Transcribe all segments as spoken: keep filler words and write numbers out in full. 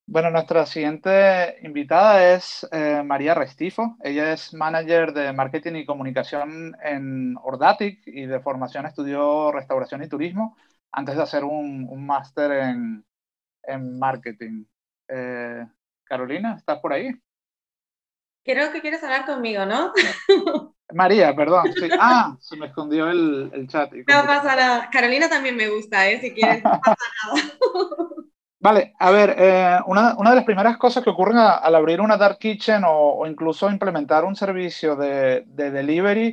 Bueno, nuestra siguiente invitada es eh, María Restifo. Ella es manager de marketing y comunicación en Ordatic y de formación estudió restauración y turismo antes de hacer un, un máster en, en marketing. Eh, Carolina, ¿estás por ahí? Creo que quieres hablar conmigo, ¿no? María, perdón. Sí. Ah, se me escondió el, el chat y No computadora. pasa nada. Carolina también me gusta, ¿eh? Si quieres, no pasa nada. Vale, a ver, eh, una, una de las primeras cosas que ocurren a- al abrir una dark kitchen o, o incluso implementar un servicio de, de delivery,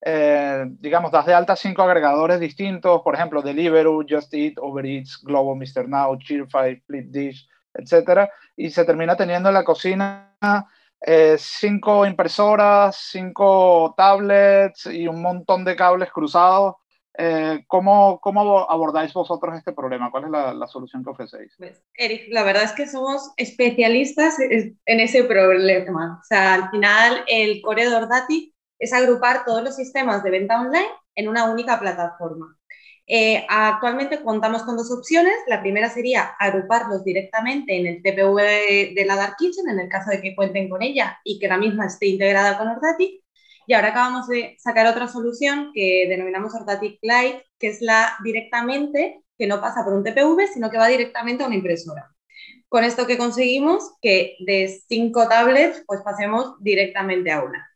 eh, digamos, das de alta cinco agregadores distintos, por ejemplo, Deliveroo, Just Eat, Uber Eats, Glovo, Mister Now, Cheerfy, Flip Dish, etcétera, y se termina teniendo en la cocina eh, cinco impresoras, cinco tablets y un montón de cables cruzados. Eh, ¿cómo, cómo abordáis vosotros este problema? ¿Cuál es la, la solución que ofrecéis? Pues, Eric, la verdad es que somos especialistas en ese problema. O sea, al final, el core de Ordati es agrupar todos los sistemas de venta online en una única plataforma. Eh, actualmente contamos con dos opciones. La primera sería agruparlos directamente en el T P V de, de la Dark Kitchen, en el caso de que cuenten con ella y que la misma esté integrada con Ordati. Y ahora acabamos de sacar otra solución que denominamos Ordatic Lite, que es la directamente, que no pasa por un T P V, sino que va directamente a una impresora. Con esto que conseguimos, que de cinco tablets, pues pasemos directamente a una.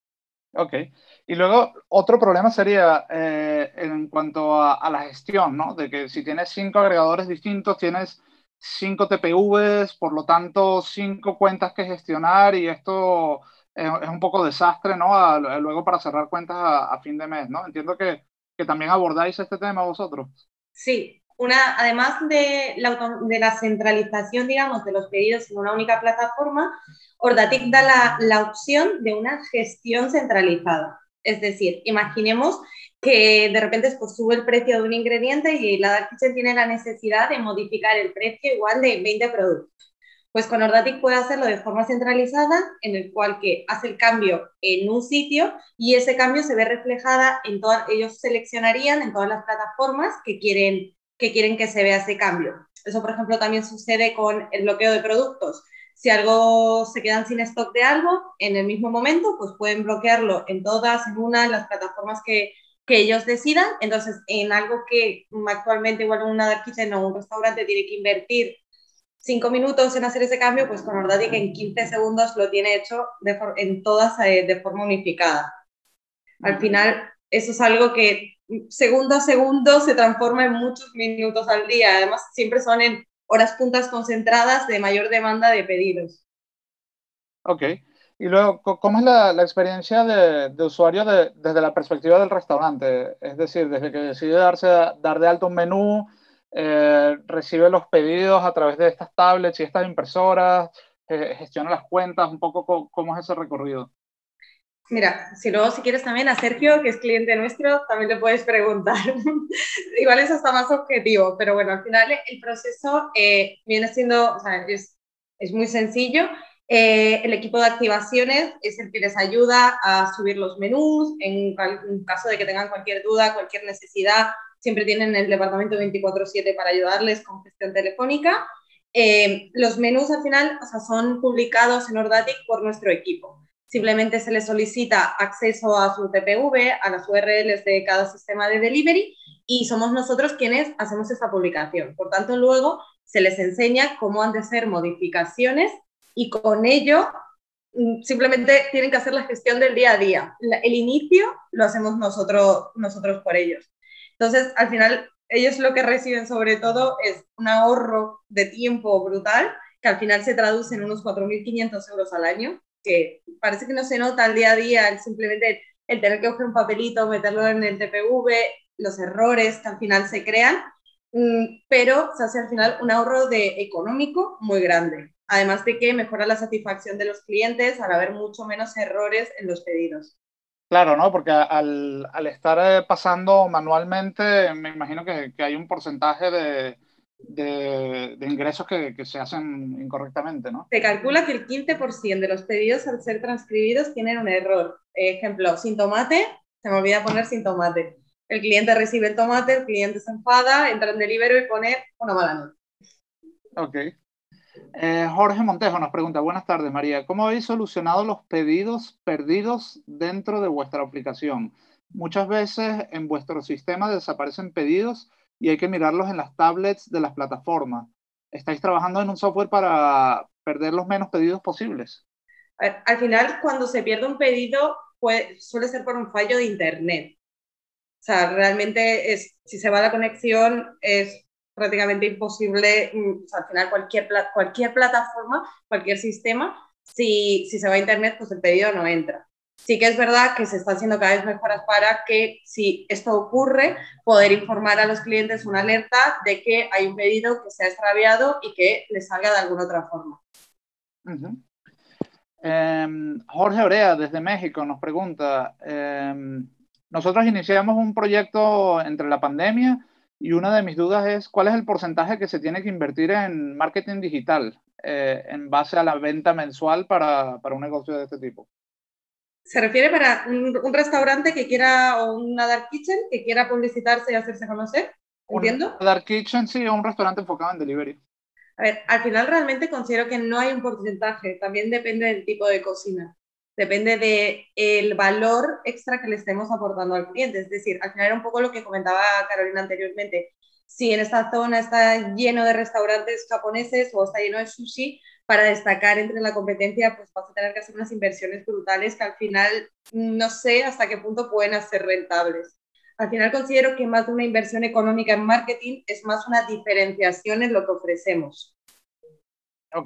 Ok. Y luego otro problema sería eh, en cuanto a, a la gestión, ¿no? De que si tienes cinco agregadores distintos, tienes cinco T P Vs, por lo tanto, cinco cuentas que gestionar y esto es, es un poco desastre, ¿no? A- a- luego para cerrar cuentas a, a fin de mes, ¿no? Entiendo que, que también abordáis este tema vosotros. Sí, una, además de la, de la centralización, digamos, de los pedidos en una única plataforma, Ordatic da la, la opción de una gestión centralizada. Es decir, imaginemos que de repente pues, sube el precio de un ingrediente y la Dark Kitchen tiene la necesidad de modificar el precio igual de veinte productos. Pues con Ordatic puede hacerlo de forma centralizada, en el cual que hace el cambio en un sitio y ese cambio se ve reflejada en todas, ellos seleccionarían en todas las plataformas que quieren, que quieren que se vea ese cambio. Eso, por ejemplo, también sucede con el bloqueo de productos. Si algo se quedan sin stock de algo, en el mismo momento, pues pueden bloquearlo en todas, en una, en las plataformas que, que ellos decidan. Entonces, en algo que actualmente igual una dark kitchen o un restaurante tiene que invertir cinco minutos en hacer ese cambio, pues con Ordatic en quince segundos lo tiene hecho de en todas eh, de forma unificada. Al Ujú. final, eso es algo que segundo a segundo se transforma en muchos minutos al día. Además, siempre son en horas puntas concentradas de mayor demanda de pedidos. Ok. Y luego, co- ¿cómo es la, la experiencia de, de usuario de- desde la perspectiva del restaurante? Es decir, desde que decide darse, dar de alto un menú, eh, recibe los pedidos a través de estas tablets y estas impresoras, eh, gestiona las cuentas, un poco co- cómo es ese recorrido. Mira, si luego si quieres también a Sergio, que es cliente nuestro, también le puedes preguntar. Igual eso está más objetivo, pero bueno, al final el proceso eh, viene siendo, o sea, es, es muy sencillo. Eh, el equipo de activaciones es el que les ayuda a subir los menús, en, en caso de que tengan cualquier duda, cualquier necesidad, siempre tienen el departamento veinticuatro siete para ayudarles con gestión telefónica. Eh, los menús al final, o sea, son publicados en Ordatic por nuestro equipo. Simplemente se les solicita acceso a su T P V, a las U R Ls de cada sistema de delivery y somos nosotros quienes hacemos esta publicación. Por tanto, luego se les enseña cómo han de ser modificaciones y con ello simplemente tienen que hacer la gestión del día a día. El inicio lo hacemos nosotros, nosotros por ellos. Entonces, al final, ellos lo que reciben sobre todo es un ahorro de tiempo brutal, que al final se traduce en unos cuatro mil quinientos euros al año, que parece que no se nota al día a día, el simplemente el tener que coger un papelito, meterlo en el T P V, los errores que al final se crean, pero se hace al final un ahorro de económico muy grande. Además de que mejora la satisfacción de los clientes al haber mucho menos errores en los pedidos. Claro, ¿no? Porque al, al estar eh, pasando manualmente, me imagino que, que hay un porcentaje de, de, de ingresos que, que se hacen incorrectamente, ¿no? Se calcula que el quince por ciento de los pedidos al ser transcribidos tienen un error. Ejemplo, sin tomate, se me olvida poner sin tomate. El cliente recibe el tomate, el cliente se enfada, entra en delivery y pone una mala nota. Ok. Eh, Jorge Montejo nos pregunta, buenas tardes María, ¿cómo habéis solucionado los pedidos perdidos dentro de vuestra aplicación? Muchas veces en vuestro sistema desaparecen pedidos y hay que mirarlos en las tablets de las plataformas. ¿Estáis trabajando en un software para perder los menos pedidos posibles? A ver, al final, cuando se pierde un pedido, puede, suele ser por un fallo de internet. O sea, realmente es, si se va la conexión es prácticamente imposible, mm, o sea, al final cualquier, cualquier plataforma, cualquier sistema, si, si se va a internet, pues el pedido no entra. Sí que es verdad que se está haciendo cada vez mejoras para que si esto ocurre, poder informar a los clientes una alerta de que hay un pedido que se ha extraviado y que les salga de alguna otra forma. Uh-huh. eh, Jorge Orea desde México nos pregunta, eh, nosotros iniciamos un proyecto entre la pandemia y una de mis dudas es cuál es el porcentaje que se tiene que invertir en marketing digital eh, en base a la venta mensual para, para un negocio de este tipo. Se refiere para un, un restaurante que quiera, o una dark kitchen, que quiera publicitarse y hacerse conocer, Un ¿entiendo? dark kitchen, sí, o un restaurante enfocado en delivery. A ver, al final realmente considero que no hay un porcentaje, también depende del tipo de cocina, depende del valor extra que le estemos aportando al cliente. Es decir, al final era un poco lo que comentaba Carolina anteriormente. Si en esta zona está lleno de restaurantes japoneses o está lleno de sushi, para destacar entre la competencia, pues vas a tener que hacer unas inversiones brutales que al final no sé hasta qué punto pueden ser rentables. Al final considero que más de una inversión económica en marketing es más una diferenciación en lo que ofrecemos. Ok.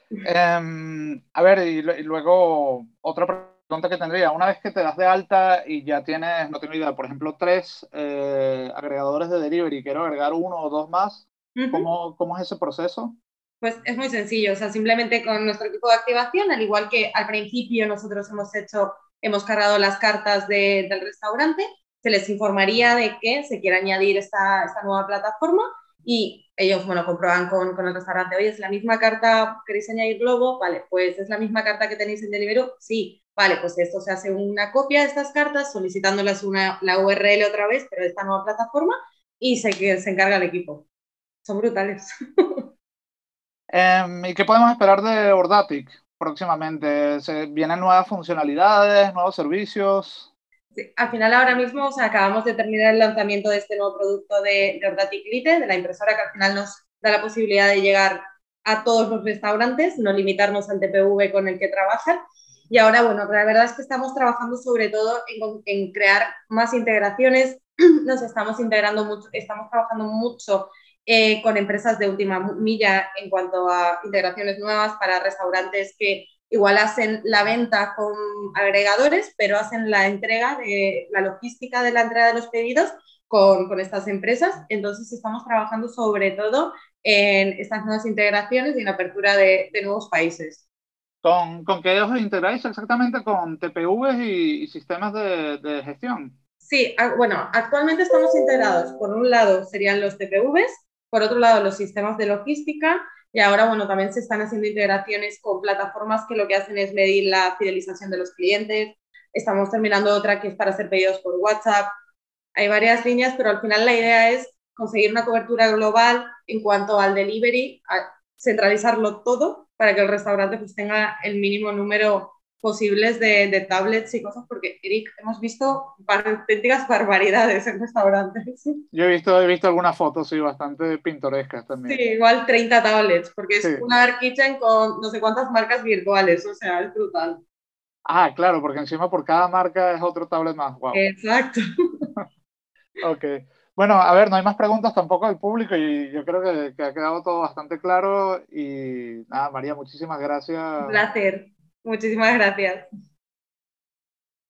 Um, a ver, y, y, luego otra pregunta que tendría, una vez que te das de alta y ya tienes, no tengo idea, por ejemplo, tres eh, agregadores de delivery, quiero agregar uno o dos más, uh-huh. ¿Cómo, ¿cómo es ese proceso? Pues es muy sencillo, o sea, simplemente con nuestro equipo de activación, al igual que al principio nosotros hemos hecho, hemos cargado las cartas de, del restaurante, se les informaría de que se quiere añadir esta, esta nueva plataforma y ellos, bueno, comprueban con, con el restaurante, oye, ¿es la misma carta, queréis añadir Globo? Vale, pues ¿es la misma carta que tenéis en Deliveroo? Sí, vale, pues esto se hace una copia de estas cartas, solicitándoles una, la U R L otra vez, pero de esta nueva plataforma, y se, se encarga el equipo. Son brutales. Um, ¿Y qué podemos esperar de Ordatic próximamente? ¿Se vienen nuevas funcionalidades, nuevos servicios? Sí, al final ahora mismo, o sea, acabamos de terminar el lanzamiento de este nuevo producto de, de Ordatic Lite, de la impresora que al final nos da la posibilidad de llegar a todos los restaurantes, no limitarnos al T P V con el que trabajan. Y ahora, bueno, la verdad es que estamos trabajando sobre todo en, en crear más integraciones, nos estamos integrando mucho, estamos trabajando mucho eh, con empresas de última milla en cuanto a integraciones nuevas para restaurantes que igual hacen la venta con agregadores, pero hacen la entrega de la logística de la entrega de los pedidos con, con estas empresas. Entonces estamos trabajando sobre todo en estas nuevas integraciones y en la apertura de, de nuevos países. ¿Con, ¿Con qué os integráis exactamente? ¿Con T P Vs y, y sistemas de, de gestión? Sí, bueno, actualmente estamos integrados. Por un lado serían los T P Vs, por otro lado los sistemas de logística, y ahora, bueno, también se están haciendo integraciones con plataformas que lo que hacen es medir la fidelización de los clientes. Estamos terminando otra que es para hacer pedidos por WhatsApp. Hay varias líneas, pero al final la idea es conseguir una cobertura global en cuanto al delivery, a centralizarlo todo para que el restaurante pues tenga el mínimo número posibles de, de tablets y cosas, porque, Eric, hemos visto auténticas barbaridades en restaurantes. Yo he visto, he visto algunas fotos, sí, bastante pintorescas también. Sí, igual treinta tablets, porque es sí. una dark kitchen con no sé cuántas marcas virtuales, o sea, es brutal. Ah, claro, porque encima por cada marca es otro tablet más. Wow. Exacto. Ok. Bueno, a ver, no hay más preguntas tampoco del público y yo creo que, que ha quedado todo bastante claro. Y nada, María, muchísimas gracias. Un placer. Muchísimas gracias.